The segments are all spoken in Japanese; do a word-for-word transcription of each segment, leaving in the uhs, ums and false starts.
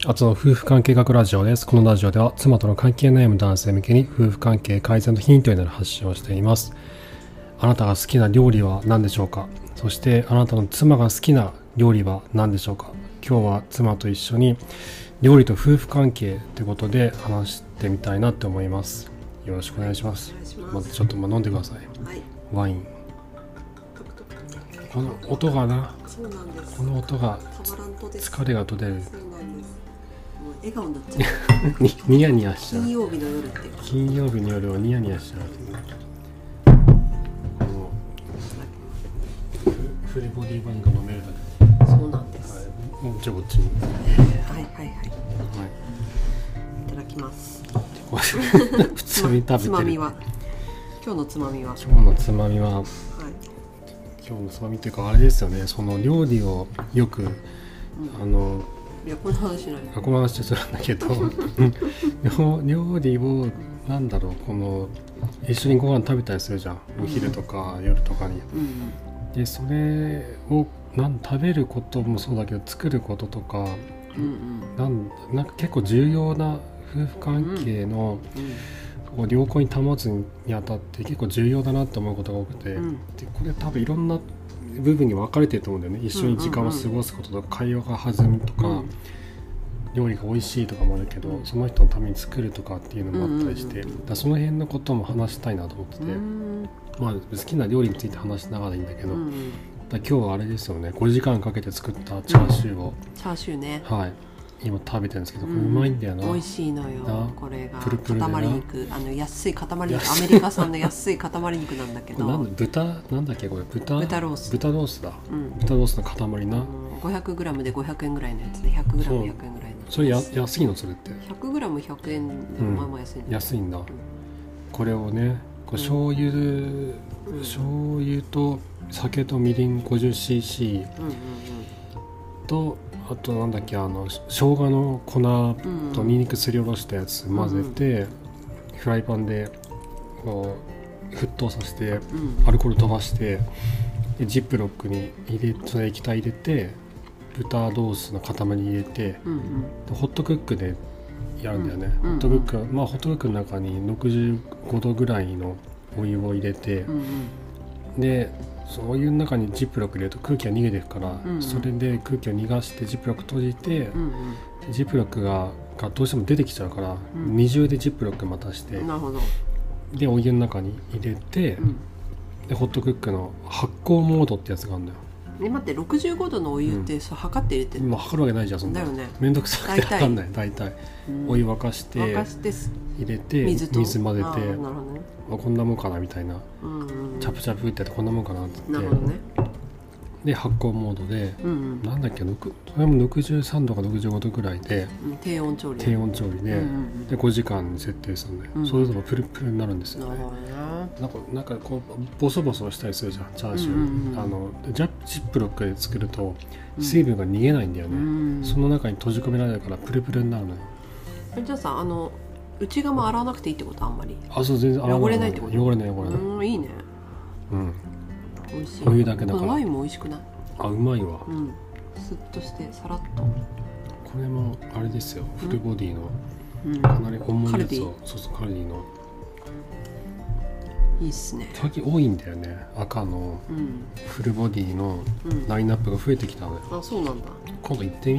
あつの夫婦関係学ラジオです。このラジオでは妻との関係悩む男性向けに夫婦関係改善のヒントになる発信をしています。あなたが好きな料理は何でしょうか？そしてあなたの妻が好きな料理は何でしょうか？今日は妻と一緒に料理と夫婦関係ということで話してみたいなと思います。よろしくお願いします。まずちょっとまあ飲んでください、はい、ワイン。この音がな、 そうなんです。 この音が疲れが取れる。 笑顔になっちゃうにニヤニヤしちゃう。 金曜日の夜って金曜日の夜をニヤニヤしちゃう。もうフルボディワインが飲めるだけ。 そうなんです、 はい、じゃあこっちに、 はいはいはい、はい、いただきます。 普通に食べてる。 つまみは今日のつまみは今日のつまみは、はい、今日のつまみっていうかあれですよね。その料理をよく、うん、あのいやこの話しないこの話するんだけど料理をなんだろう、この一緒にご飯食べたりするじゃん、お昼とか夜とかに、うん、でそれをなん食べることもそうだけど作ることとか、うんうん、なんなんか結構重要な夫婦関係の、うんうん、良好に保つにあたって結構重要だなと思うことが多くて、うん、でこれ多分いろんな部分に分かれてると思うんだよね。一緒に時間を過ごすこととか、会話が弾むとか、うん、料理が美味しいとかもあるけど、うん、その人のために作るとかっていうのもあったりして、うんうんうん、だその辺のことも話したいなと思ってて、うん、まあ好きな料理について話しながらいいんだけど、うん、だ今日はあれですよね、ごじかんかけて作ったチャーシューを、 チャーシューね、 はい、今食べてるんですけど、これうまいんだよな、 うん、美味しいのよ。これがプルプルでな塊肉、あの安い塊肉、アメリカ産の安い塊肉なんだけどなんだ豚なんだっけこれ 豚, 豚ロース豚ロースだ、うん、豚ロースの塊な、うん、 ごひゃくグラム でごひゃくえんぐらいのやつで ひゃくグラムひゃくえんぐらいの。 それや安いのそれってひゃくグラムひゃくえんのまあまあ安い、 うん、安いんだ、うん、これをね、これ醤油、うん、醤油と酒とみりん ごじゅっシーシー と、あとなんだっけ、あの生姜の粉とニンニクすりおろしたやつ混ぜて、うん、フライパンでこう沸騰させて、うん、アルコール飛ばしてでジップロックに入れその液体入れて豚ロースの塊に入れて、うんうん、でホットクックでやるんだよね、うんうん、ホットクック、まあホットクックの中にろくじゅうごどぐらいのお湯を入れて、うんうん、でそのお湯の中にジップロック入れると空気が逃げていくから、うんうん、それで空気を逃がしてジップロック閉じて、うんうん、ジップロック が, がどうしても出てきちゃうから、うん、二重でジップロックまたして、 なるほど、 でお湯の中に入れて、うん、でホットクックの発酵モードってやつがあるんだよ。 え待って、ろくじゅうごどのお湯って、うん、そう測って入れてるの？ 今測るわけないじゃん、そんなだよね。 めんどくさくて分かんない。大体お湯沸かして、 沸かして入れて 水, 水混ぜて、 なるほど、ね、 まあ、こんなもんかなみたいな、うんうん、チャプチャプってやってこんなもんかなって言って、なるほどね、で発酵モードで、うんうん、なんだっけ、それもろくじゅうさんどかろくじゅうごどぐらいで、 うん、低温調理低温調理で、うんうん、でごじかんに設定するんで、うん、それぞれプルプルになるんですよね。なるほどね。なんか、なんかこうボソボソしたりするじゃん、チャーシュー、うんうんうん、あのジャジップロックで作ると水分が逃げないんだよね、うん、その中に閉じ込められるからプルプルになるのよ。 じゃあさ、あの内側洗わなくていいってこと？あんまりあ、そう、全然洗わない。 汚れないってこと？ 汚れない汚れない。 うん、いいね。 うん、 美味しい。 お湯だけだから。 このワインも美味しくない？ あ、うまいわ、うん、 スッとしてさらっと。 これもあれですよ、フルボディの、うん、かなり重いやつを、そうそう、カルディのいいっすね。 最近多いんだよね、赤のフルボディのラインナップが増えてきたのよ、 うん、あ、そうなんだ。 今度行ってみ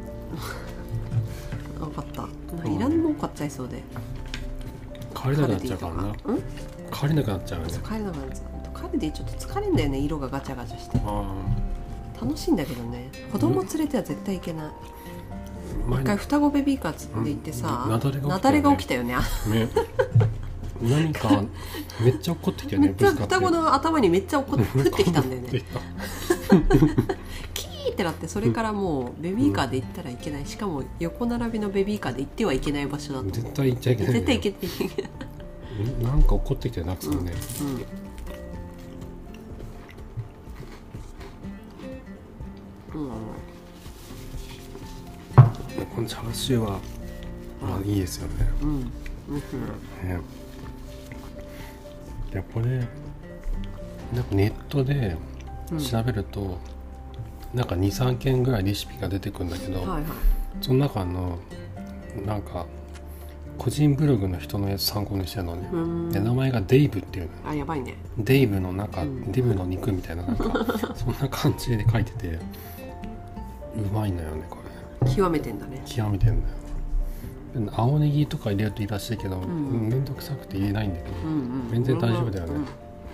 分かった。なんかいらんの買っちゃいそうで帰れなくなっちゃうからな。帰れなくなっちゃうよね。 帰れなくなっちゃう。カルディちょっと疲れんだよね、色がガチャガチャして。あ、楽しいんだけどね、子供連れては絶対行けない、うん、一回双子ベビーカーで行ってさ、雪崩が起きたよね。ね何かめっちゃ怒ってきたよね。 めっちゃ双子の頭にめっちゃ怒って降ってきたんだよね。キーってなって、それからもうベビーカーで行ったらいけない、しかも横並びのベビーカーで行ってはいけない場所だと。 絶対行っちゃいけない、ね、 絶対行けない。 なんか怒ってきたよな、くさんね、うんうん、うん、このチャーシューは、まあ、いいですよね、うんうん、ね、でこれなんかネットで調べると、うん、なんか にさんけんぐらいレシピが出てくるんだけど、はいはい、 その中のなんか個人ブログの人のやつ参考にしてるのね。で名前がデイブっていうの。あ、やばいね。 デイブの中、うん、デブの肉みたいななんかそんな感じで書いててうまいんだよねこれ。極めてんだね。 極めてんだよ。青ネギとか入れるといいらしいけど、うん、めんどくさくて入れないんだけど、うんうん、全然大丈夫だよね、うんうん、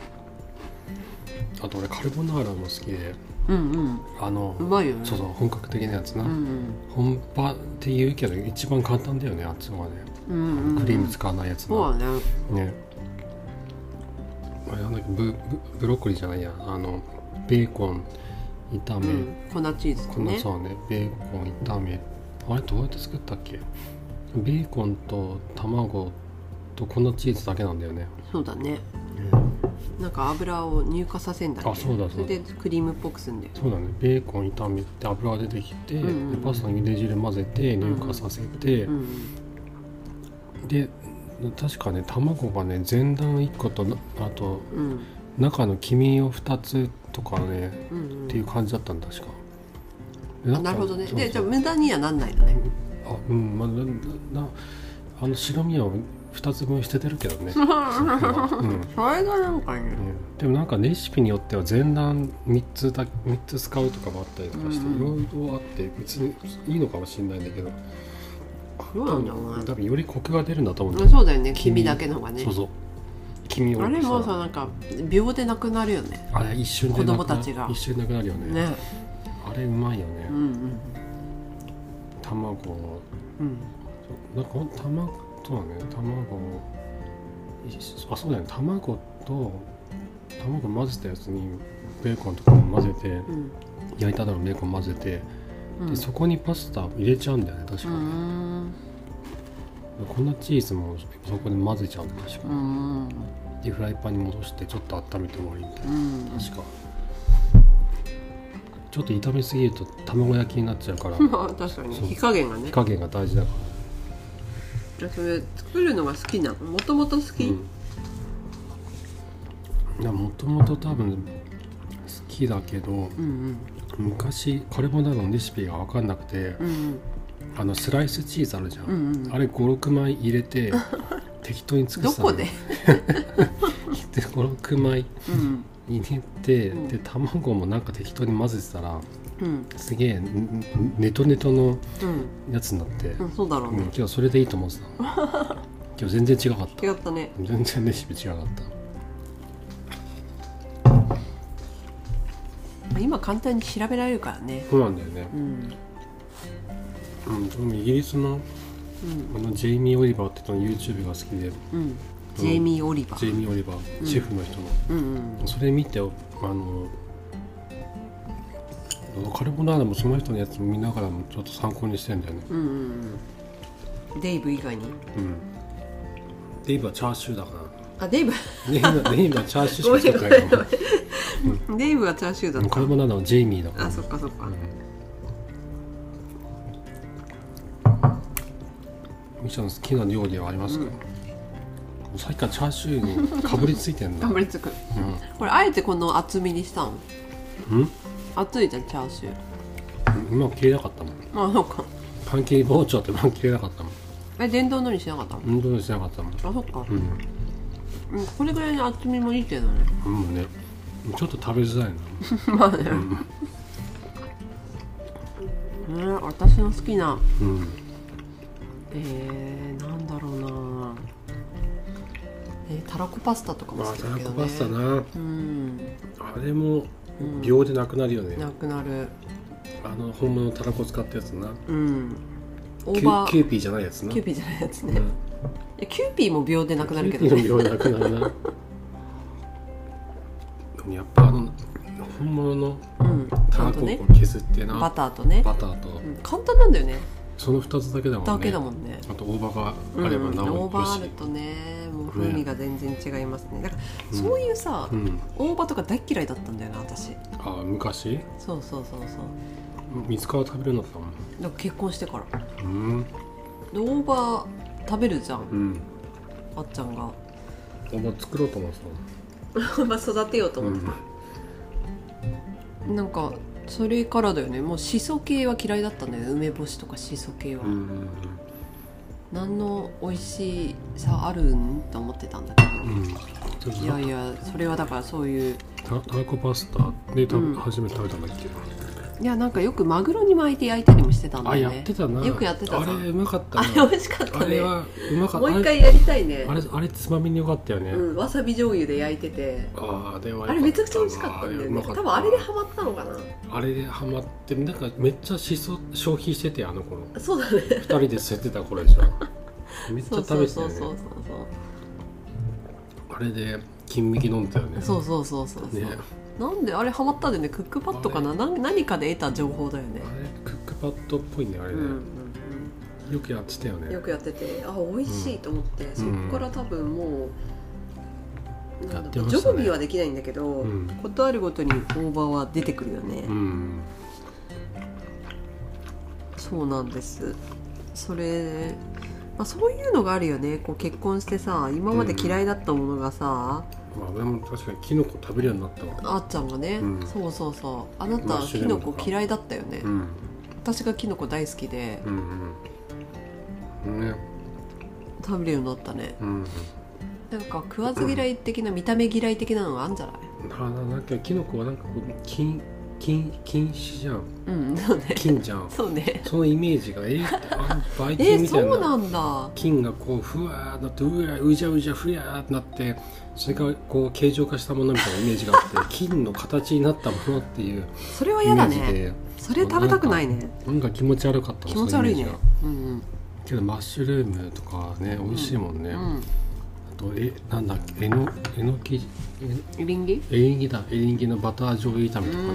あと俺カルボナーラも好きで、 うんうん、 あのうまいよね。 そうそう本格的なやつな、うんうん、本場って言うけど一番簡単だよねあっちのがね、うんうんうん、クリーム使わないやつな。 そうだね。 ねあれなんだっけ ブ, ブ, ブロッコリーじゃないやあのベーコン炒め、 うん、粉チーズとね。 粉そうねベーコン炒めあれどうやって作ったっけ。ベーコンと卵と粉チーズだけなんだよね。 そうだね、うん、なんか油を乳化させんだっけ。 あ、そうだそうだ。 それでクリームっぽくすんだよ。 そうだね。ベーコン炒めて油が出てきて、うんうん、でパスタの茹で汁混ぜて乳化させて、うんうん、で確かね卵がね前段いっことあと、うん、中の黄身をふたつとかね、うんうん、っていう感じだったんだ確か。 な, なるほどね。そうそうでじゃあ無駄にはなんないのね。 あうんまあななあの白身をふたつぶん捨ててるけどね。それが、うん、それがなんかね、 うん、でもなんかレシピによっては前段みっつだみっつ使うとかもあったりとかしていろいろあって別にいいのかもしれないんだけど。 どうなんだろうね。 多分よりコクが出るんだと思うんだよ。そうだよね。黄身だけの方がね。 そうそう。黄身を。 あれもさなんか秒でなくなるよね。 あれ一瞬で子供たちが一瞬でなくなるよね。 ね。 あれうまいよね。 うんうん。 卵。うん。なんか卵そうだね卵。あそうだよね卵と卵混ぜたやつにベーコンとかも混ぜて、うん、焼いただろベーコン混ぜて。でそこにパスタ入れちゃうんだよね確かに。粉チーズもそこで混ぜちゃうんだよ確かに。でフライパンに戻してちょっと温めて終わりみたいな確か。ちょっと炒めすぎると卵焼きになっちゃうから確かに火加減がね火加減が大事だから。それ作るのが好きなのもともと好き、 うん、もともと多分好きだけど、うんうん昔カルボナーラのレシピが分かんなくて、うんうん、あのスライスチーズあるじゃん、うんうん、あれごろくまい入れて適当に作ってたの。 どこでごろくまい入れて、うん、で卵もなんか適当に混ぜてたら、うん、すげえネトネトのやつになって、 うんうん、そうだろうね、うん、 今日それでいいと思ってたの今日全然違かった違ったね全然レシピ違かった今簡単に調べられるからね。 そうなんだよね。うん。うん、イギリスの、うん、あのジェイミー・オリバーって人の YouTube が好きで、うん、 ジェイミー・オリバー。 ジェイミー・オリバー、うん、シェフの人の、うんうん、それ見てあのカルボナーラもその人のやつ見ながらもちょっと参考にしてんだよね。うんうんうん。デイブ以外に。うん。 デイブはチャーシューだから。 あデイブデイブデイブはチャーシューしか作ってないから。 うん、デイブはチャーシューだった。 カルボナーラはジェイミーだから。 あ、そっかそっか。 みちゃん好きな料理はありますか？うん、さっきからチャーシューにかぶりついてんだ。 かぶりつく。うん、これあえてこの厚みにしたの？うん？厚いじゃんチャーシュー。今切れなかったもん。 あ、そうか。 パン切り包丁って今切れなかったもん。 え、電動のにしなかったの？ 電動のにしなかったもん。あ、 そっか。うん。うん、これぐらいの厚みもいいけどね。 うんね。ちょっと食べづらいな。まあね。うん、ね、私の好きな、うん、えー、なんだろうな、えー、たらこパスタとかも好きだけどね。 たらこパスタな、うん、あれも秒でなくなるよね、 うん、なくなる。 あの本物のたらこ使ったやつな、 うん、 オーバーキューピーじゃないやつな。 キューピーじゃないやつね、うん、いやキューピーも秒でなくなるけどね。 キューピーも秒でなくなるな。でもやっぱあの本物のたらこを削ってな、 バターとね、 バターと、 うん、簡単なんだよね。 そのふたつだけだもんね。 だけだもんね。 あと大葉があればなおよし、うん、 大葉あるとね、もう風味が全然違いますね。だからそういうさ、うん、大葉とか大嫌いだったんだよな私。 ああ、昔？ そうそうそうそう。 水皮食べるのかも。 だから結婚してから。うん。大葉食べるじゃん。うん。あっちゃんが。 大葉作ろうと思ってた。 まあ育てようと思ってた、うん、なんかそれからだよね。もうしそ系は嫌いだったんだよね。梅干しとかしそ系は、うんうんうん、何の美味しさあるんと思ってたんだけど、うん、いやいや、それはだからそういうたらこパスタで、うん、初めて食べたんだっけ。 いや、なんかよくマグロに巻いて焼いたりもしてたんだよね。 あ、やってたな。 よくやってた。 あれうまかったね。 あれ美味しかったね。 あれはうまかった。 もう一回やりたいね。 あれ、あれつまみによかったよね、 うん、わさび醤油で焼いてて、 あ, あ, ではあれめちゃくちゃ美味しかったんだよね。多分あれでハマったのかな。 あれでハマって、なんかめっちゃしそ消費してて、あの頃。 そうだね、 ふたりで吸ってた頃でしょ。めっちゃ食べてたよね。そうそうそうそうそう。あれで金麦飲んだよね。 そうそうそうそうそう、ね、なんであれハマったんだよね。クックパッドかな、何かで得た情報だよね。 あれクックパッドっぽいね、あれね、うんうんうん、よくやってたよね。 よくやってて、あ、美味しいと思って、うん、そこから多分もう、うん、なんだろう、常備はできないんだけど、うん、ことあるごとに大葉は出てくるよね、うん、そうなんです。それ、まあ、そういうのがあるよね。こう結婚してさ、今まで嫌いだったものがさ、うん、まあ、でも確かにキノコ食べるようになったわ。あっちゃんがね、うん、そうそうそう、あなたキノコ嫌いだったよね、うん、私がキノコ大好きで、うんうんね、食べるようになったね、うん、なんか食わず嫌い的な、見た目嫌い的なのがあるんじゃない。 あ、なんかキノコはなんかこう金金禁止じゃん、 うん、そうね、 金じゃん。そうね、そのイメージが、えー、あのバイキンみたいな、えー、そうなんだ。金がこうふわーなって、うわうじゃうじゃふやーってなって、それがこう形状化したものみたいなイメージがあって金の形になったものっていう、 それは嫌だね。それ食べたくないね。 なんか気持ち悪かったの。 気持ち悪いね、うんうん、 けどマッシュルームとかね、美味しいもんね、うんうん、あとえなんだっけ、えのえのきエリンギエリンギだエリンギのバター醤油炒めとかな、うん、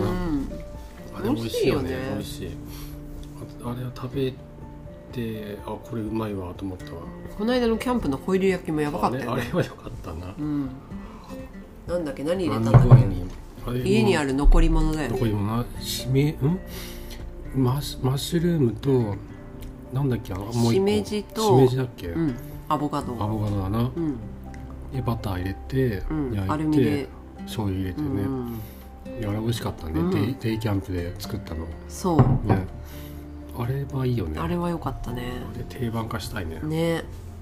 あれ美味しいよね。美味しい。あれを食べて、あ、これうまいわと思ったわ。 この間のキャンプのホイル焼きもやばかったよね。 あれ、あれは良かったな、うん、 なんだっけ、何入れたんだっけ。家にある残り物だよね。 残り物、しめんマッマッシュルームとなんだっけ、もう一個しめじとしめじだっけ、うん、 アボカドアボカドだな、うん、でバター入れて、うん、焼いてアルミで醤油入れてね、うん、いや、あれ美味しかったね、うん、デイ、デイキャンプで作ったの。そう、ね、あれはいいよね。 あれは良かったね。 あれ定番化したいね。 ね、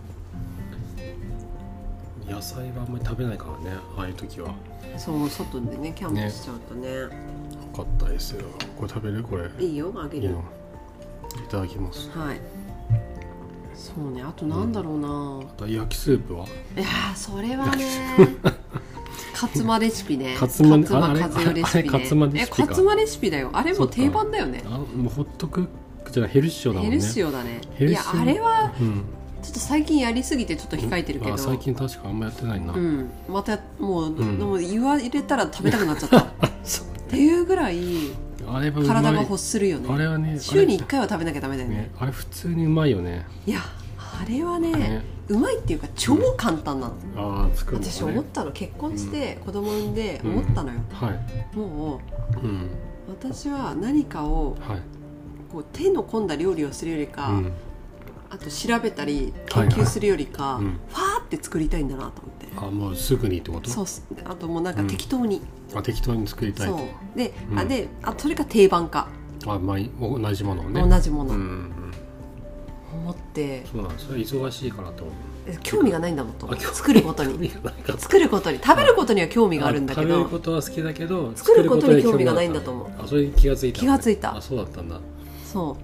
野菜はあんまり食べないからね、ああいう時は。 そう、外でね、キャンプしちゃうとね。よかったですよ。これ食べる？これいいよ、あげる。いいよ、 いただきます。 はい。そうね、あとなんだろうな、うん、あと焼きスープは、 いやー、それはねカツマレシピね。 カツマカツマカツレシピね。カツマレシピか。え、カツマレシピだよ。あれも定番だよね。 あ、もうホットクックじゃヘルシオだもんね。 ヘルシオだね。いや、あれは、うん、ちょっと最近やりすぎてちょっと控えてるけど、 あ、最近確かあんまやってないな、うん、 またもう、うん、でも言われたら食べたくなっちゃったっていうぐらいあれは体が欲するよね。あれはね、週にいっかいは食べなきゃダメだよね。 ね、あれ普通にうまいよね。 いや、あれは ね, ねうまいっていうか超簡単なの、うん、あ、作るのね。私思ったの、結婚して子供産んで思ったのよ、うん、はい、もう、うん、私は何かを、はい、こう手の込んだ料理をするよりか、うん、あと調べたり研究するよりか、はいはい、うん、ファーって作りたいんだなと思って。 あ、もうすぐにってこと？ そうっす。あともうなんか適当に、 うん、あ、適当に作りたいと。 そうで、うん、あであそれが定番化。 あ、まあ、同じものをね、 同じもの、うん、思って。 そうなんです。それ忙しいからと思う。 興味がないんだもんと。作ることに作ることに、食べることには興味があるんだけど、 食べることは好きだけど作ることに興味がないんだと思う。 あ、それに気がついた、ね、 気がついた。 あ、そうだったんだ。 そう、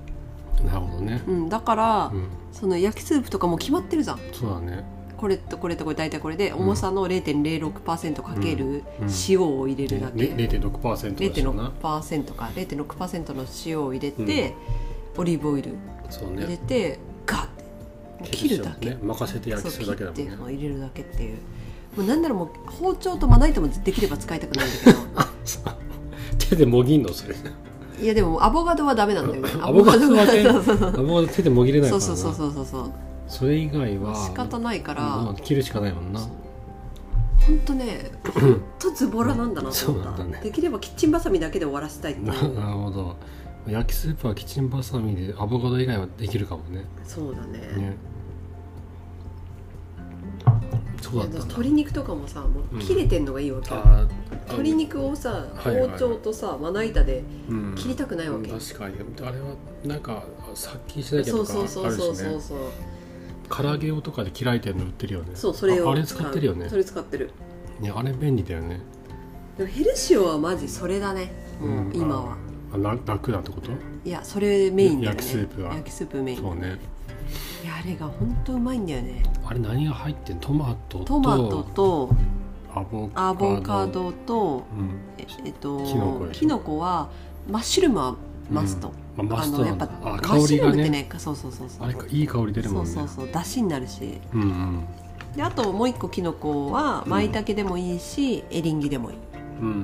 なるほどね、 うん、だから、うん、その焼きスープとかも決まってるじゃん。 そうだね。 これとこれとこれ大体これで重さの れいてんれいろくパーセント かける塩を入れるだけ、 うんうん、れいてんろくパーセントれいてんろくパーセント か れいてんろくパーセント の塩を入れて、うん、オリーブオイル入れて、ね、ガッて切るだけ、ね、 任せて焼きするだけだもんね。 切って入れるだけっていう。もうなんならもう包丁とまな板もできれば使いたくないんだけど手でもぎんのそれ。 いやでもアボカドはダメなんだよね。 アボカドはね、アボカド手でもぎれないからな。 そうそうそうそうそう。 それ以外は仕方ないから、 まあ、切るしかないもんな。 ほんとね、ほんとズボラなんだなと思った。そうなんだね。できればキッチンバサミだけで終わらせたいって。 なるほど。焼きスープはキッチンバサミでアボカド以外はできるかもね。 そうだね。ね、 そうだったんだ。 鶏肉とかもさもう切れてんのがいいわけ、うん、鶏肉をさ包丁とさ、はいはい、まな板で切りたくないわけ、 うん、確かにあれはなんか殺菌しなきゃとかあるしね。そうそうそうそうそう。唐揚げ用とかで切られてるの売ってるよね。そうそれを あ, あれ使ってるよね。 それ使ってる。 ね、あれ便利だよね。 でもヘルシオはマジそれだね。もう今は。 ああ楽だってこと？ いやそれメインだよね。 焼きスープは。 焼きスープメイン。 そうね。 いやあれが本当うまいんだよね。 あれ何が入ってん？トマトとトマトとアボカド、 アボカドと、うん、え, えっとキノコ、キノコはマッシュルームはマスト。 うんまあ、マストなんだ。 あ香りがね。ねそうそうそうそう。 あれいい香り出るもんね。 そうそうそう。出汁になるし。 うんうん。 であともう一個キノコは舞茸でもいいし、うん、エリンギでもいい。 うんうんうん。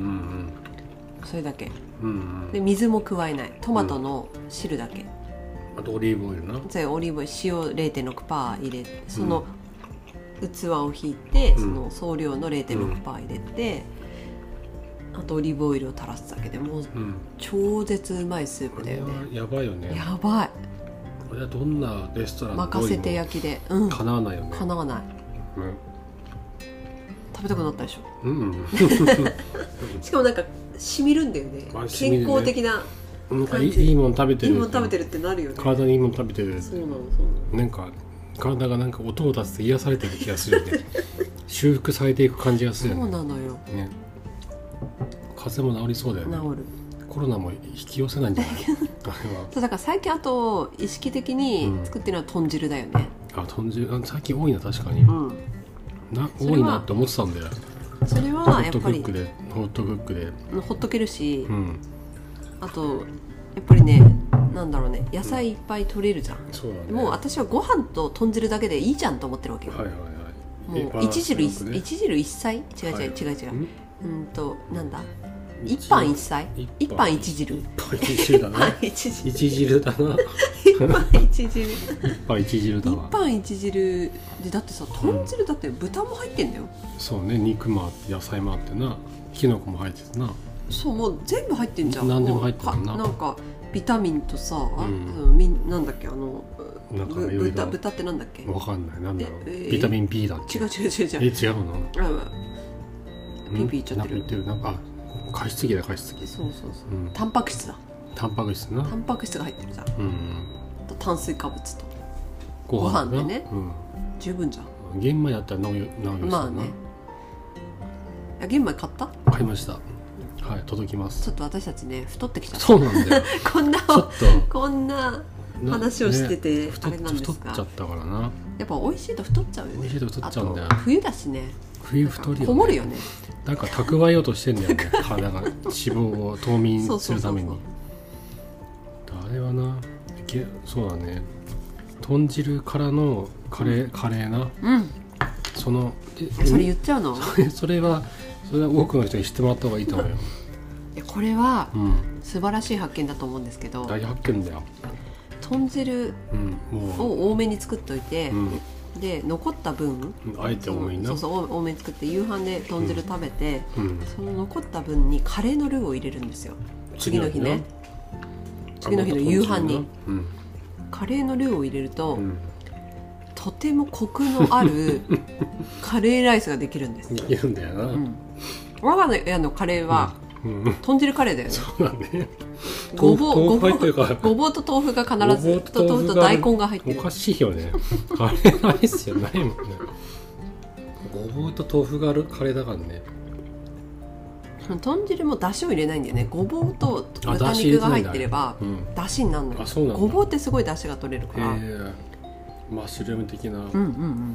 それだけ。 うんうん。 で水も加えない。トマトの汁だけ。うんあとオリーブオイルな。 そうオリーブオイル塩 れいてんろくパーセント 入れてその器を引いて、うん、その総量の れいてんろくパーセント 入れて、うん、あとオリーブオイルを垂らすだけでもう、うん、超絶うまいスープだよね。 やばいよね。 やばい。 これはどんなレストラン任せて焼きで、 うん、叶わないよね。 叶わない、うん、食べたくなったでしょ、 うんうん、 しかもなんかしみるんだよね、まあ、健康的ななんかいい、いいもの食べてる。 いいもの食べてるってなるよね。 体にいいもの食べてる。 そうなのそうなの。 なんか体がなんか音を出して癒されてる気がするよね。修復されていく感じがするよね。 そうなのよ。ね。 風邪も治りそうだよね。 治る。 コロナも引き寄せないんじゃない？ そうだから最近あと意識的に作ってるのは豚汁だよね。 うん、あ豚汁最近多いな確かに。うん、な多いなって思ってたんだよ。 それはやっぱりホットクックでホットクックでほっとけるし。 うん。 あとやっぱりねなんだろうね野菜いっぱい取れるじゃん、うんそうだね、もう私はご飯と豚汁だけでいいじゃんと思ってるわけよ、はいはいはい、もう一汁一、ね、一汁一菜違う違う、はい、違う違ううんとなんだ一飯一菜一飯一汁一飯一汁だな一汁だな一飯一汁一飯一汁だわ一飯一汁でだってさ豚汁だって豚も入ってんだよ、 うん、そうね肉もあって野菜もあってなキノコも入っててなそうもう全部入ってんじゃん。 何でも入ってるな。 なんかビタミンとさ、うん、みなんだっけあのなんか豚豚ってなんだっけ？ わかんないなんだろう、えー、ビタミン B だっけ？ 違う違う違う違う。 え違うの？ あピーピー言っちゃってる。 なんか言ってるなんか加湿器だ加湿器。 そうそうそう。うん、タンパク質だ。 タンパク質な。 タンパク質が入ってるじゃん。うん。と炭水化物とご飯でね、うん、十分じゃん。 玄米だったら何を何をまあね。玄米買った？ 買いました。はい、届きます。 ちょっと私たちね太ってきちゃった。 そうなんだよ。 こんなこんな話をしてて、ね、あれなんですか。 太っちゃったからな。 やっぱ美味しいと太っちゃうよね。 美味しいと太っちゃうんだよ。 冬だしね。 冬太るよね。 こもるよね。 なんか蓄えようとしてんだよね。体が脂肪を冬眠するために。あれはな、そうだね。豚汁からのカレー、うん、カレーな。 うん。 そのそれ言っちゃうの？ それそれは。それは多くの人に知ってもらった方がいいと思うよ。 いやこれは、うん、素晴らしい発見だと思うんですけど大発見だよ。 豚汁を多めに作っといて、うん、で残った分あえて多めになそうそう多めに作って夕飯で豚汁食べて、うん、その残った分にカレーのルーを入れるんですよ。次の日ね次の日の夕飯に、うん、カレーのルーを入れると、うん、とてもコクのあるカレーライスができるんです。 できるんだよな、うん我が家のカレーは、うんうん、豚汁カレーだよね。 そうだね。 ごぼう、ごぼう、ごぼうと豆腐が必ずと豆腐と大根が入ってる。 おかしいよね。カレーライスじゃないもんね。ごぼうと豆腐があるカレーだからね。 豚汁も出汁を入れないんだよね。ごぼうと豚肉が入ってれば出汁になるのよ。 あ、そうなんだ。 ごぼうってすごい出汁が取れるから。へーマッシュルーム的な。 うんうんうん。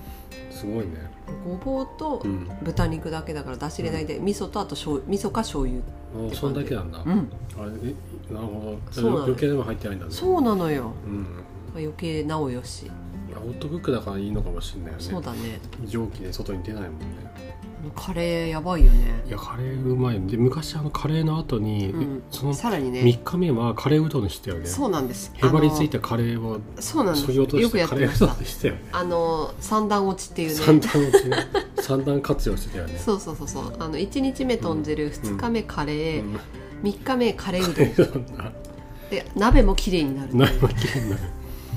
すごいね。 ごぼうと豚肉だけだから出汁入れないで、うん、味噌とあと醤味噌か醤油あそんだけなんだ、うん、あれえなるほど余計でも入ってないんだね。 そうなのよ、うん、余計なおよしホットクックだからいいのかもしれないよね。 そうだね蒸気で外に出ないもんね。 カレーやばいよね。 いやカレーうまいよ。で昔あのカレーの後に、うん、そのさらにねみっかめはカレーうどんにしてたよね。 そうなんです。 へばりついたカレーをそうなんです。 よくやってました。したよね、 あの三段落ちっていうね三段落ちね三段活用してたよね。 そうそうそうそうあのいちにちめ豚汁、うん、ふつかめカレー、うん、みっかめカレーうどんで鍋もきれいになる。 鍋もきれいになる。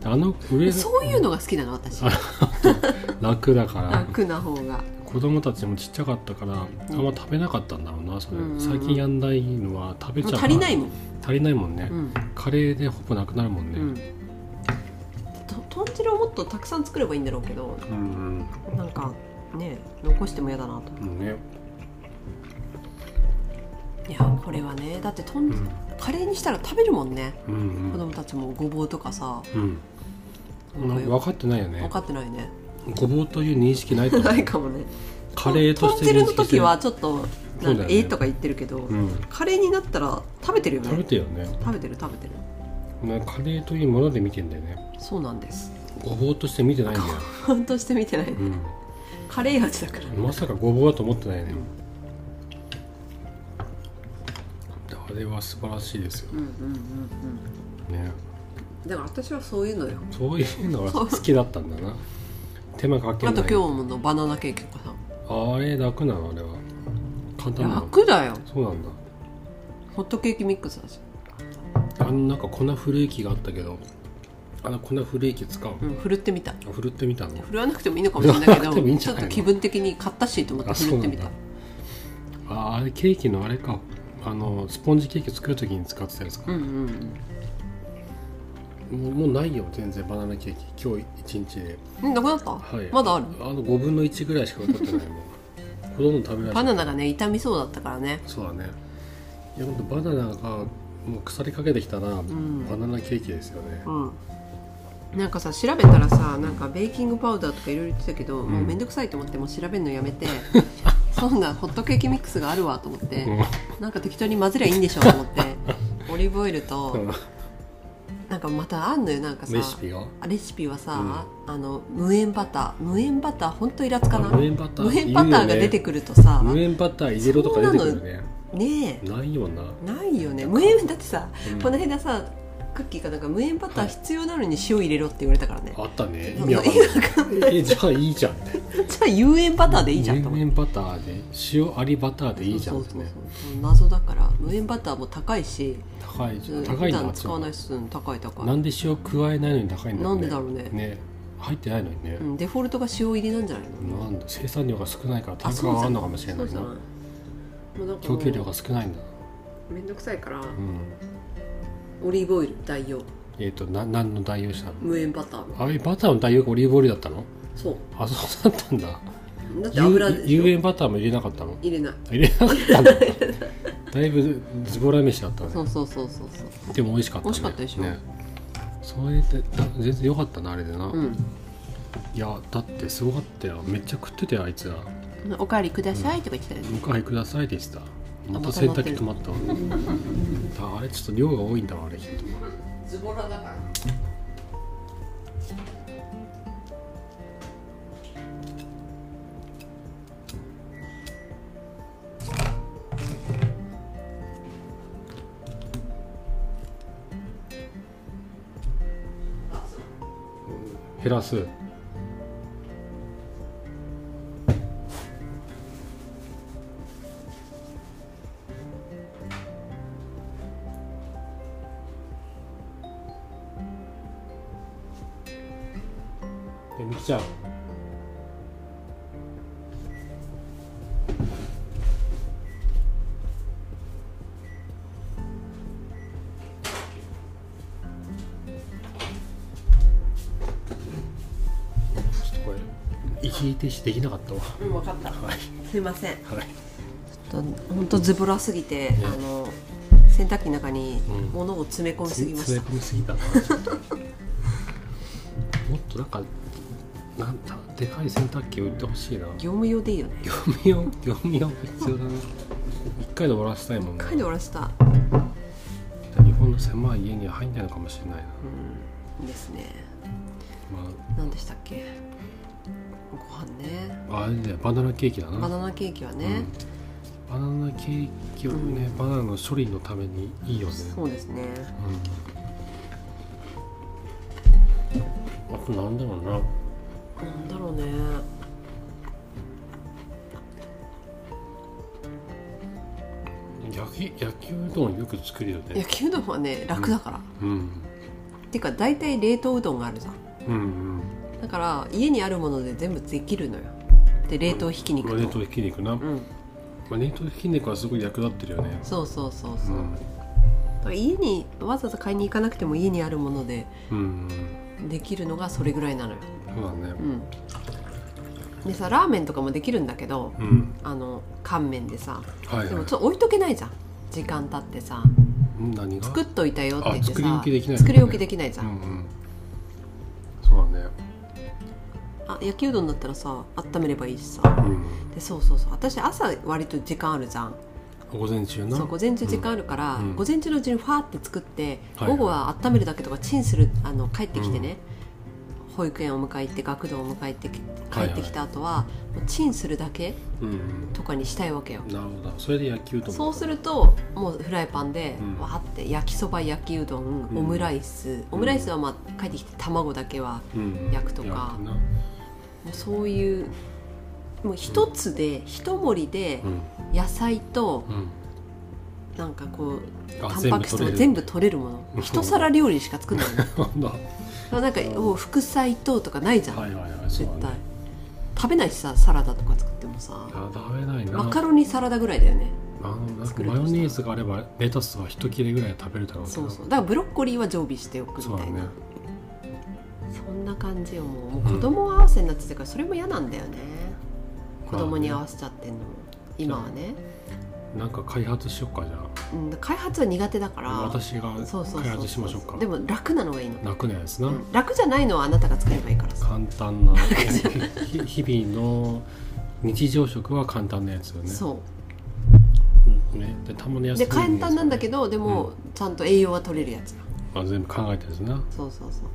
あの上そういうのが好きなの私。 楽だから楽な方が。 子供たちもちっちゃかったからあんま食べなかったんだろうなそれ、うんうんうん、最近やんないのは食べちゃう足りないもん足りないもんね、 うん、 カレーでほぼなくなるもんね、うん、 と豚汁をもっとたくさん作ればいいんだろうけど、 うんうん、なんかね残しても嫌だなと思って、 うんね、 いやこれはねだってとん、うん、カレーにしたら食べるもんね、うんうん、子供たちもごぼうとかさ、 うん、分かってないよね分かってないねごぼうという認識ないとないかもねカレーとして認識してる豚汁の時はちょっとなんかええとか言ってるけど、うん、カレーになったら食べてるよね食べてるよね食べてる食べてるカレーというもので見てんだよねそうなんですごぼうとして見てないんだよごぼうとして見てないね、うん、カレー味だからまさかごぼうだと思ってないね、うん、あれは素晴らしいですよ、うんうんうんうん、ねだから私はそういうのよそういうのが好きだったんだな手間かけないあと今日のバナナケーキとかさあれ楽なのあれは簡単なの楽だよそうなんだホットケーキミックスだしあのなんか粉ふる液があったけどあの粉ふる液使う、 うん、ふるってみたふるってみたのふるわなくてもいいのかもしれないけどいいちょっと気分的に買ったしと思ってふるってみたあ, あれケーキのあれかあのスポンジケーキ作るときに使ってたやつか、 うんうんうん、も, うもうないよ全然バナナケーキ今日一日でなくなった、 はい、 まだあるあのごぶんのいちぐらいしか残ってないもんほとんど食べないバナナがね傷みそうだったからねそうだねいや本当バナナがもう腐りかけてきたら、うん、バナナケーキですよね、 うんなんかさ調べたらさなんかベーキングパウダーとかいろいろ言ってたけど、うん、もうめんどくさいと思ってもう調べるのやめてそんなホットケーキミックスがあるわと思って、うん、なんか適当に混ぜりゃいいんでしょと思ってオリーブオイルと、うん、なんかまたあんのよなんかさレシピがレシピはさ、うん、あの無塩バター無塩バターほんとイラつかな無塩バター無塩バターが出てくるとさ無塩バター入れろとか出てくるねねえないよなないよね無塩だってさ、うん、この間さクッキーかなんか無塩バター必要なのに塩入れろって言われたからね、 はい、あったね意味わかんないえじゃあいいじゃんねじゃあ有塩バターでいいじゃんと無塩バターで塩ありバターでいいじゃんってねそうそうそう謎だから無塩バターも高いし高いじゃん高いんだ普段使わないし、うん、高い高いなんで塩加えないのに高いんだろうねなんでだろうねね入ってないのにね、 うん、デフォルトが塩入りなんじゃないのなんだ生産量が少ないから単価が上がるのかもしれないな供給量が少ないんだめんどくさいから、うん、オリーブオイル代用えっ、ー、とな何の代用したの無塩バターあれバターの代用がオリーブオイルだったのそうあそうだったんだだって油で有塩バターも入れなかったの入れない入れなかったんだだいぶズボラ飯だったねそうそうそうそうそうでも美味しかったね美味しかったでしょ、ね、 それで全然良かったなあれでな、 うん、 いやだってすごかったよめっちゃ食ってたよあいつらおかわりくださいとか言ってたよね、 うん、おかわりくださいって言ってたまた洗濯機止まったわあれちょっと量が多いんだわあれズボラだから減らすえみきちゃん一時停止できなかったわ。 うん、分かった。 はい、 すいません。はい。 ちょっと本当ズボラすぎて、ね、あの洗濯機の中に物を詰め込みすぎました。 うん、詰め込みすぎたな。もっとなんかなんだでかい洗濯機売ってほしいな。 業務用でいいよね。 業務用業務用必要だな。一回で終わらせたいもんね。 一回で終わらせた。 日本の狭い家には入んないのかもしれないな。 うんですね。 まあ何でしたっけ。ご飯ね。 あれねバナナケーキだな。 バナナケーキはね。 うん、バナナケーキはね、うん、バナナの処理のためにいいよね。 そうですね。 うん、あとなんだろうな。 なんだろうね。 焼き焼きうどんよく作るよね。 焼きうどんはね楽だから。 うん。うん、 ていうか大体冷凍うどんがあるじゃん、 うんうん、 だから家にあるもので全部できるのよ。で冷凍ひき肉と、 冷凍ひき肉な、うん、まあ、冷凍ひき肉はすごい役立ってるよね。 そうそうそうそう、うん、だから家にわざわざ買いに行かなくても家にあるものでできるのがそれぐらいなのよ。 そうだね、 うん、でさラーメンとかもできるんだけど、うん、あの乾麺でさ、はいはい、でもちょっと置いとけないじゃん、時間経ってさ、 何が作っといたよって言ってさ、 作り置きできない、 ね、作り置きできないじゃん、うんうん、 そうだね。 あ、焼きうどんだったらさ温めればいいしさ、うん、でそうそうそう、私朝割と時間あるじゃん、 午前中な。 そう、午前中時間あるから、うん、午前中のうちにファーって作って、うん、午後は温めるだけとかチンする、あの帰ってきてね、うん、保育園を迎えて学童を迎えて帰ってきた後は、はいはい、チンするだけとかにしたいわけよ、 うん、なるほど。それで焼きうどん、 そうするともうフライパンでわーって焼きそば、焼きうどん、うん、オムライス、オムライスはまあ帰ってきて卵だけは焼くとか、うん、もうそういうもう一つで、うん、一盛りで野菜と、うん、なんかこうタンパク質も全部取れるもの、一皿料理しか作んないのなんかもう副菜ととかないじゃん、はいはいはい、絶対、ね、食べないしさ、サラダとか作ってもさ、 食べないな。 マカロニサラダぐらいだよね。 あのなんかマヨネーズがあればレタスは一切れぐらい食べるだろうけど、 そうそう、だからブロッコリーは常備しておくみたいな、 そ,、ね、そんな感じよ。もう、もう子供合わせになってたから、それも嫌なんだよね、うん、子供に合わせちゃってんの、今はね。 なんか開発しようか、じゃあ、 うん、開発は苦手だから私が開発しましょうか。 でも楽なのがいいの。 楽なやつな、うん、 楽じゃないのはあなたが作ればいいからさ。 簡単な日々の日常食は簡単なやつよね。 そう、 ね、でたまに安いで簡単なんだけど、でも、うん、ちゃんと栄養は取れるやつ、 まあ、全部考えてるんですな。 そうそうそう、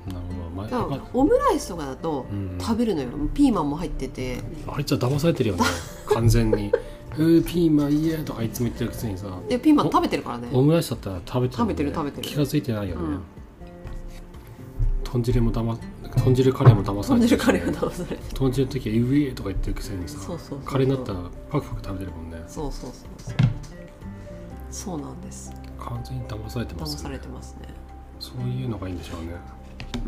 なるほど、まあ、 だからオムライスとかだと食べるのよ、うん、ピーマンも入ってて。 あいつは騙されてるよね完全にえー、ピーマンいいやとかいつも言ってるくせにさ、 でピーマン食べてるからね。 オムライスだったら食べてる、ね、 食べてる食べてる、 気がついてないよね、うん、豚汁もだま豚汁カレーも騙されてる、 豚汁カレーも騙されてる、 豚汁の時はうえとか言ってるくせにさ、そうそうそうそう、カレーになったらパクパク食べてるもんね。 そうそうそうそう、そうなんです。 完全に騙されてますね。 騙されてますね。 そういうのがいいんでしょうね。 うん。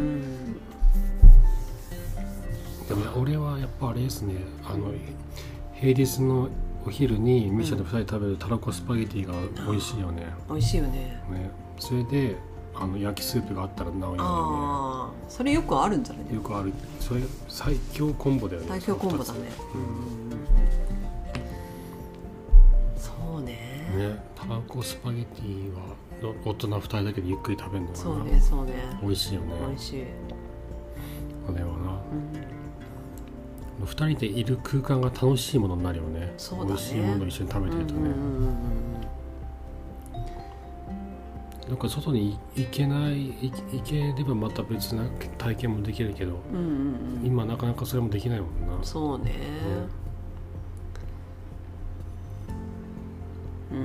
でも、ね、俺はやっぱあれですね、あの平日のお昼にミシャでふたり食べるたらこスパゲティが美味しいよね、 うん、美味しいよ ね, ね。それであの焼きスープがあったらなおいいよね。あ、 それよくあるんじゃない？ よくある。それ最強コンボだよね。 最強コンボだね、うん、そうね。 ね、たらこスパゲティは大人ふたりだけでゆっくり食べるのかな。 そうねそうね、 美味しいよね。 美味しい。 これはな、うん、ふたりでいる空間が楽しいものになるよね。 そうだね、 美味しいものを一緒に食べてるとね、うんうんうんうん、なんか外に行けない行ければまた別な体験もできるけど、うんうんうん、今なかなかそれもできないもんな。 そうね、うんうん、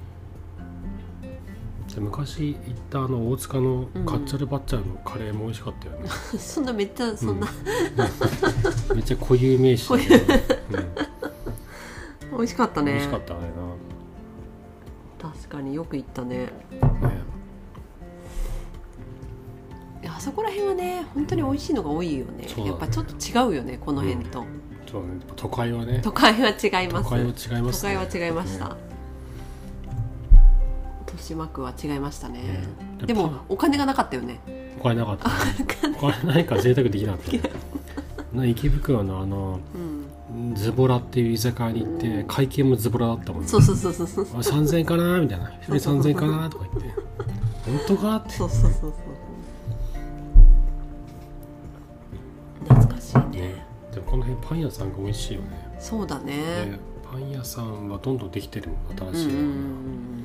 で昔行ったあの大塚のカッチャルバッチャルのカレーも美味しかったよね、 うん、そんなめっちゃそんな、 うん、めっちゃ固有名詞だけど、 うん、美味しかったね。 美味しかったあれな。確かによく行ったね。ね、あそこら辺はね本当に美味しいのが多いよ ね, ね。やっぱちょっと違うよねこの辺と、うん、 そうね、都会はね。 都会は違います。 都会は違います、ね、 都会は違いました、ね。豊島区は違いましたね、ね。でもお金がなかったよね。 お金なかった、ね、お金ないから贅沢できなかった、ね、な池袋のあの、うん、ズボラっていう居酒屋に行って、うん、会計もズボラだったもんね。 そうそうそうそうそう。 さんぜんえんかなみたいな、ひとりさんぜんえんかなとか言って本当かって。 そうそうそうそう。懐かしい ね, ね。 でもこの辺パン屋さんが美味しいよね。 そうだ ね, ね。パン屋さんはどんどんできてるもん、新しいの、うんうんうん、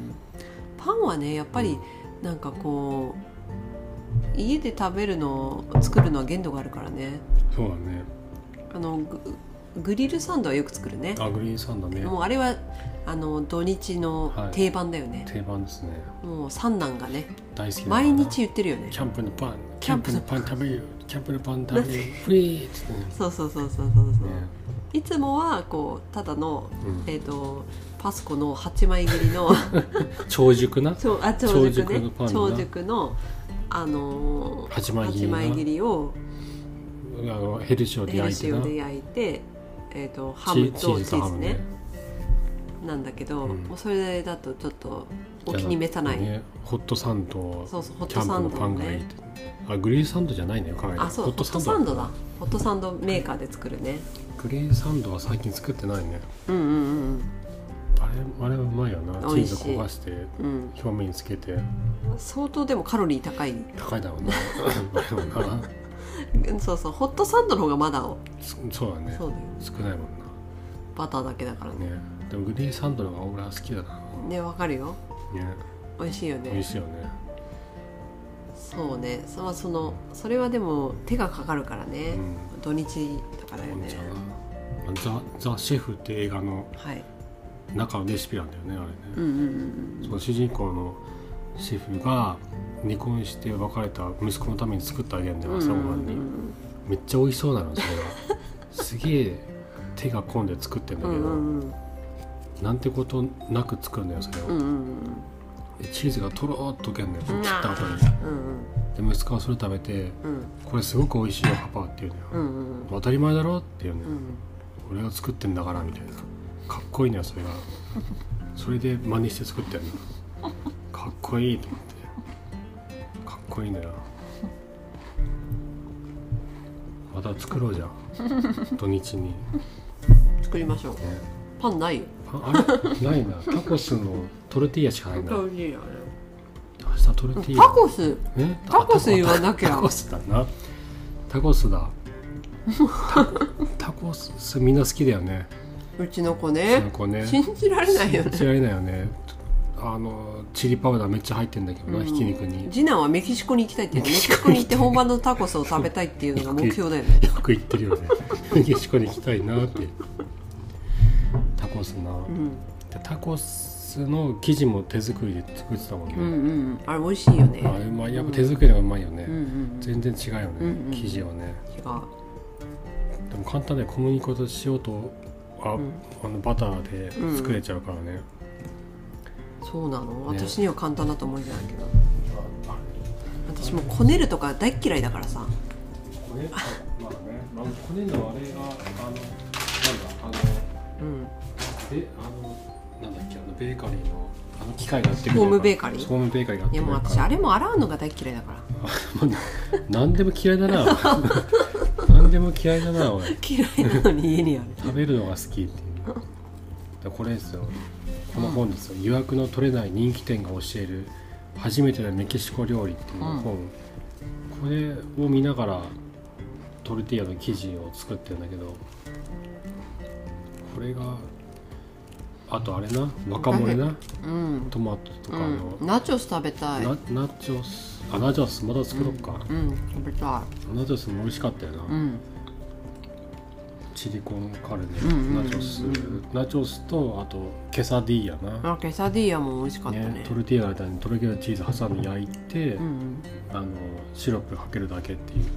パンはねやっぱりなんかこう家で食べるのを作るのは限度があるからね。 そうだね。 あの グ, グリルサンドはよく作るね。 あ、グリルサンドね。 もうあれはあの土日の定番だよね、 はい、定番ですね。 もう三男がね大好きだ。 毎日言ってるよね。 キャンプのパンキャンプのパン食べるキャンプのパン食べるフリーって、ね、 そうそうそうそうそうそう、ね、いつもはこうただの、うん、えーとパスコのはちまい切りの長熟な長あ長熟ね長熟のあのー、 八枚切り八枚切りをあのヘルシオで焼いてヘルシオで焼いて、えー、とハムとチーズ ね, ーズねなんだけど、うん、もうそれだとちょっとお気に召さない、ね、 ホットサンド、 そうそうホットサンド、ね、 キャンプのパンがいいって。あ、グリーンサンドじゃないね、かなり。 あ、そう、ホットサンドだ。ホットサンドメーカーで作るね。 グリーンサンドは最近作ってないね。 うんうんうん。 あれ、あれはうまいよな。チーズ焦がして表面につけて、うん、 相当でもカロリー高い。 高いだろうな。 そうそう、ホットサンドの方がまだそうだね。そうだよ。少ないもんな。 バターだけだからね。ね、 でもグリーンサンドの方が俺は好きだな。 ね、わかるよ。ね、美味しいよね。 美味しいよね。 そうね、そのそのそれはでも手がかかるからね、うん、土日とかだよね。 ザ・ザ・シェフって映画の中のレシピなんだよね、あれね。 うんうんうん、その主人公のシェフが離婚して別れた息子のために作ってあげるんだよ、朝ごはんに。めっちゃ美味しそうなの、それが。すげえ手が込んで作ってんだけど、うんうん、なんてことなく作るんだよ、それを。うんうんうん、チーズがとろーっと溶けるんだよ、切った後に、うんうん、で息子はそれ食べて、うん、これすごく美味しいよパパって言うんだよ、うんうん、当たり前だろって言うんだよ、うん、俺が作ってんだからみたいな。かっこいいのよそれが。それで真似して作ってんの。かっこいいと思って。かっこいいのよ。また作ろうじゃん。土日に作りましょう、ね、パンないよ。 あれないな。タコスのトルティーヤしかないな。 トルティーヤね。 明日トルティーヤ。 タコス。え？タコス言わなきゃ。 タコスだな。タコスだ。タ, タコスみんな好きだよね。 うちの子ね。 うちの子ね。 信じられないよね。 信じられないよね。あのチリパウダーめっちゃ入ってんだけどな、うん、ひき肉に。 次男はメキシコに行きたいって言う。メキシコに行って本場のタコスを食べたいっていうのが目標だよね。 よく言ってるよね。メキシコに行きたいなって。タコスな、うん、でタコスの生地も手作りで作ってたもんね、 うんうん、あれ美味しいよね。 あれ、まあ、やっぱ手作りがうまいよね、うんうん、全然違うよね、うんうん、生地はね。 違う。 でも簡単で小麦粉と塩とあ、うん、あのバターで作れちゃうからね、 うん、そうなの、ね、私には簡単だと思うんじゃないけど、私もこねるとか大っ嫌いだからさ。 こね、まあね、まあ、こねるのはあれがあのなんだあのうん、であのなんだっけあのベーカリーのあの機械がやってくれる。 ホームベーカリー。 ホームベーカリーがやってくれるから。いやもう私あれも洗うのが大嫌いだから。 何でも嫌いだな。何でも嫌いだな俺。 嫌いなのに家にある。 食べるのが好きっていう。だこれですよ。この本ですよ。予約の取れない人気店が教える初めてのメキシコ料理っていう本。うん、これを見ながらトルティーヤの生地を作ってるんだけど。これがあとあれなワカモレな、うん、トマトとかの、 うん、ナチョス食べたい。 ナ, ナチョスあナチョスまだ作ろうか、 うん、うん、食べたい。 ナチョスも美味しかったよな、うん、チリコンカルネ、うんうんうん、ナチョスナチョスとあとケサディーヤな。 あケサディーヤも美味しかった ね, ねトルティーヤの間にとろけるチーズ挟んで焼いて、うんうん、あのシロップかけるだけっていう、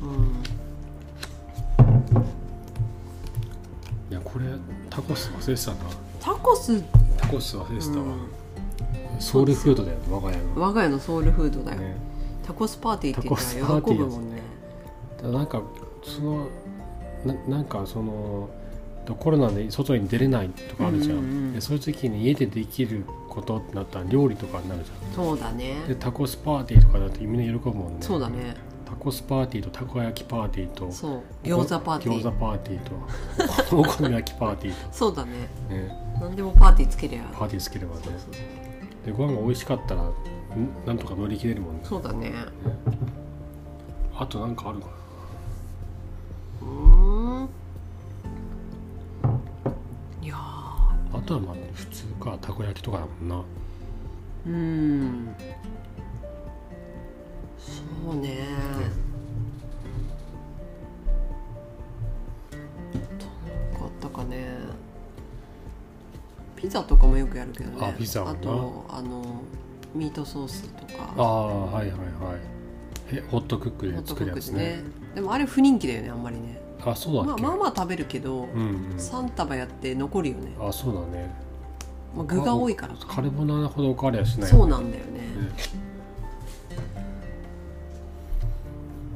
うん、いやこれタコス忘れてたな。 タコスタコス忘れてたわ、うん、ソウルフードだよね。我が家の我が家のソウルフードだよ、ね、タコスパーティーって言ったら喜ぶもんね。 なんかその な, なんかそのコロナで外に出れないとかあるじゃん、うんうんうん、でそういう時に家でできることってなったら料理とかになるじゃん。 そうだね。 でタコスパーティーとかだってみんな喜ぶもんね。 そうだね。 タコスパーティーとたこ焼きパーティーとそう餃子パーティー餃子パーティーとお好み焼きパーティーとそうだ ね, ね何でもパーティーつけりゃパーティーつければね。そうそうそうでご飯が美味しかったらなんとか乗り切れるもんね。 そうだ ね, ねあとなんかあるかな。 うーんいやあとはまあ普通かたこ焼きとかだもんな。 うーんそうね。どうあったかね。ピザとかもよくやるけどね。 あピザはあとあのミートソースとか。 ああはいはいはい。えホットクックで作るやつね。ねでもあれ不人気だよねあんまりね。 あそうだっけ。 まあ、まあまあ食べるけど、うんうん、さん束やって残るよね。 あそうだね。 まあ、具が多いからか。 カルボナーラほどおかわりはしない、 ね。そうなんだよね。ね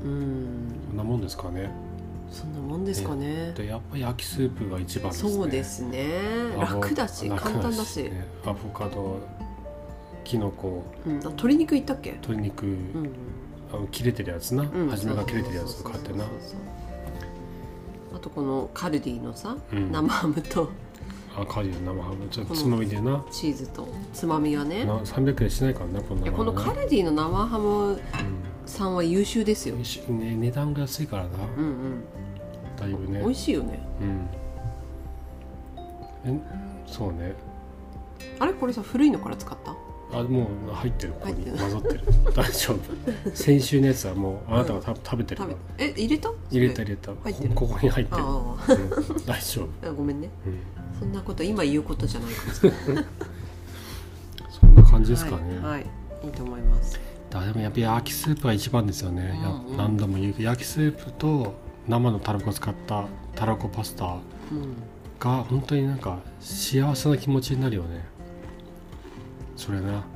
うん、 そんなもんですかね。 そんなもんですかね。 でやっぱり焼きスープが一番ですね。 そうですね。楽だし簡単だし、ね、 アボカド、キノコ、 うん、鶏肉いったっけ？ 鶏肉、うん、あの切れてるやつな、うん、初めが切れてるやつ買ってな。 あとこのカルディのさ、うん、生ハムとあカルディの生ハムちょっとつまみでな、 チーズとつまみはねさんびゃくえんしないからなこんなの。 このカルディの生ハムさんは優秀ですよ、 うん、ね、値段が安いからな、うんうん、だいぶね美味しいよね、 うん、えそうね。 あれこれさ古いのから使った？ あもう入ってる、ここに混ざってる大丈夫。先週のやつはもうあなたがた、うん、食べてるから。 え入れた？ 入れた入れた入ってる こ, ここに入ってる、うん、大丈夫。 ごめんね、うん、そんなこと今言うことじゃないかもしれないそんな感じですかね。 はい、はい、いいと思います。 だでもやっぱり焼きスープが一番ですよね、うんうん、何度も言うけど焼きスープと生のたらこを使ったたらこパスタが本当になんか幸せな気持ちになるよね。それな、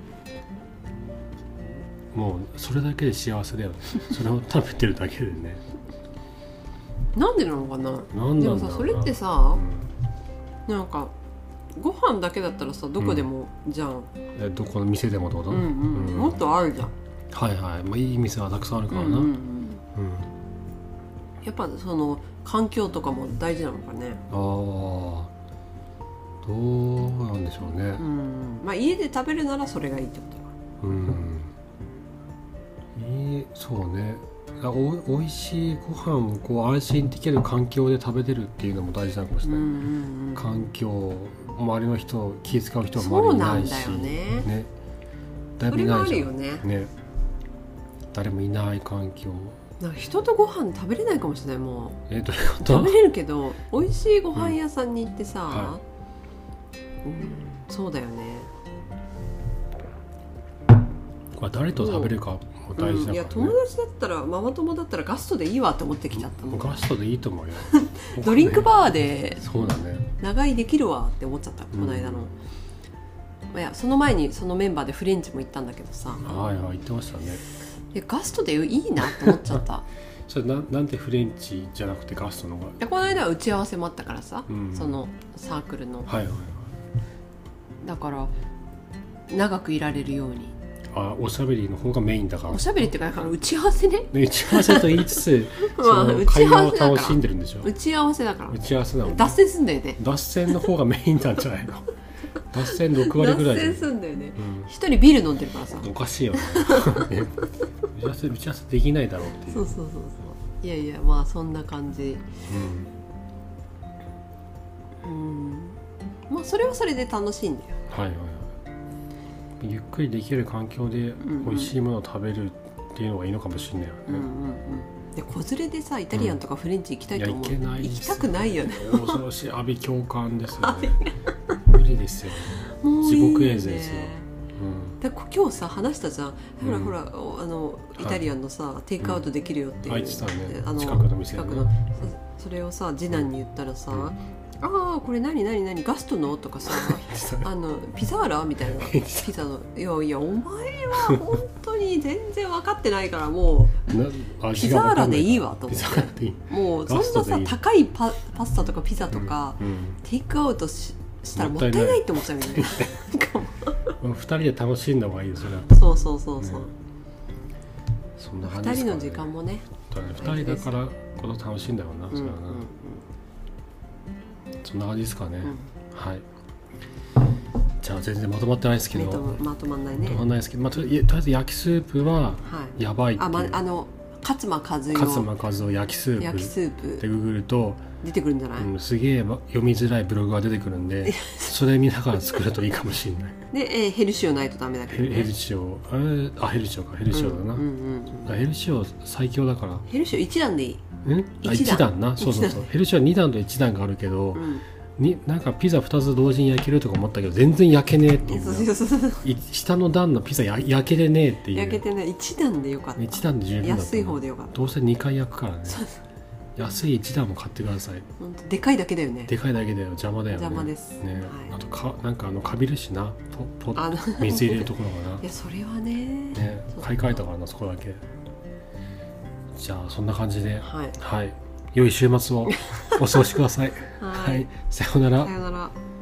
もうそれだけで幸せだよね。それを食べてるだけでね。 なんでなのかな。 なんでもさそれってさ、うん、なんかご飯だけだったらさどこでも、うん、じゃん。 えどこの店でもってこと？うんうんうん、もっとあるじゃん。 はいはい、まあ、いい店はたくさんあるからな、うんうんうんうん、 やっぱその環境とかも大事なのかね。 ああどうなんでしょうね、うん、 まあ家で食べるならそれがいいってことか。 うんいいそうね。お, おいしいご飯をこう安心できる環境で食べてるっていうのも大事なのかもしれない、うんうんうん、環境周りの人気遣う人は周りにないし、 そうなんだよね、 ねそれがあるよね。 ね誰もいない環境。 なんか人とご飯食べれないかもしれない。もうえどういうこと？ 食べれるけど美味しいご飯屋さんに行ってさ、うんはいうん、そうだよね。 まあ、誰と食べるかも大事だからね、うん、いや友達だったらママ友だったらガストでいいわって思ってきちゃったもん。 ガストでいいと思うよドリンクバーでそうだね長居できるわって思っちゃった、この間の、うん、いやその前にそのメンバーでフレンチも行ったんだけどさ、 はいはい言ってましたね。 いやガストでいいなって思っちゃったそれ な, なんでフレンチじゃなくてガストの方が。いやこの間は打ち合わせもあったからさ、うん、そのサークルの、はいはいはい、だから長くいられるように。 あおしゃべりの方がメインだから。 おしゃべりってか打ち合わせ ね, ね打ち合わせと言いつつまあ、その会話を楽しんでるんでしょ。 打ち合わせだから。 打ち合わせなの。 脱線すんだよね。 脱線の方がメインなんじゃないの脱線ろくわりぐらいで脱線すんだよね、うん、一人ビール飲んでるからさ。 おかしいよね打ち合わせ打ち合わせできないだろうっていう。 そうそうそうそう。いやいやまあそんな感じ。うん、うんまあそれはそれで楽しいんだよ。 はいはいはい。ゆっくりできる環境で美味しいものを食べるっていうのがいいのかもしれないよね、うんうんうん、 で子連れでさイタリアンとかフレンチ行きたいと思う、うん、いや行けないです。 行きたくないよね恐ろしい。阿鼻共感ですよね無理ですよね。地獄絵図ですよ、 うん、で今日さ話したじゃん、うん、ほらほらあのイタリアンのさ、はい、テイクアウトできるよっていう、うん、 入ってたね、 あの近くの店で、ね、近くのそれをさ次男に言ったらさ、うんああこれ何何何ガストのとかさあのピザーラみたいなピザのいやいやお前は本当に全然分かってないからもうピザーラでいいわと思ってもうそんなさ高い パ, パスタとかピザとか、うんうん、テイクアウト し, したらもったいないって思っちゃうよねふたりで楽しんだ方がいいよそれは。そうそうそうそう、ね、 そんな感じですかね。 ふたりの時間もねふたりだからこそ楽しいんだろうな、うん、それはな、うんうんそんな感じですかね、うん、はい。じゃあ全然まとまってないですけどまとまんないね。 まとまんないですけど、まあ、と, とりあえず焼きスープはやばいっていう、 はい、あ, まあの勝間和代勝間和代焼きスープ焼きスープでググると出てくるんじゃない、 うん、すげえ読みづらいブログが出てくるんでそれ見ながら作るといいかもしれないで、えー、ヘルシオないとダメだけど、ね、 ヘルシオ あ, あヘルシオかヘルシオだな、うんうんうん、ヘルシオ最強だから。 ヘルシオいち段でいい。 んあいち段な。そうそうそうヘルシオはに段といち段があるけど、うんになんかピザふたつ同時に焼けるとか思ったけど全然焼けねえっていう下の段のピザや焼けてねえっていう。 焼けてねいち段でよかった。 いち段で十分だった。 安い方でよかった。 どうせにかい焼くからね安いいち段も買ってください。 ほんとでかいだけだよね。 でかいだけだよ邪魔だよね。 邪魔です、 ねはい、あとかなんかあのかびるしなポポ水入れるところがないやそれはねね買い替えたからなそこだけじゃあそんな感じで、 はい、 はい、良い週末をお過ごしください。 はい、はい、 さようなら。 さようなら。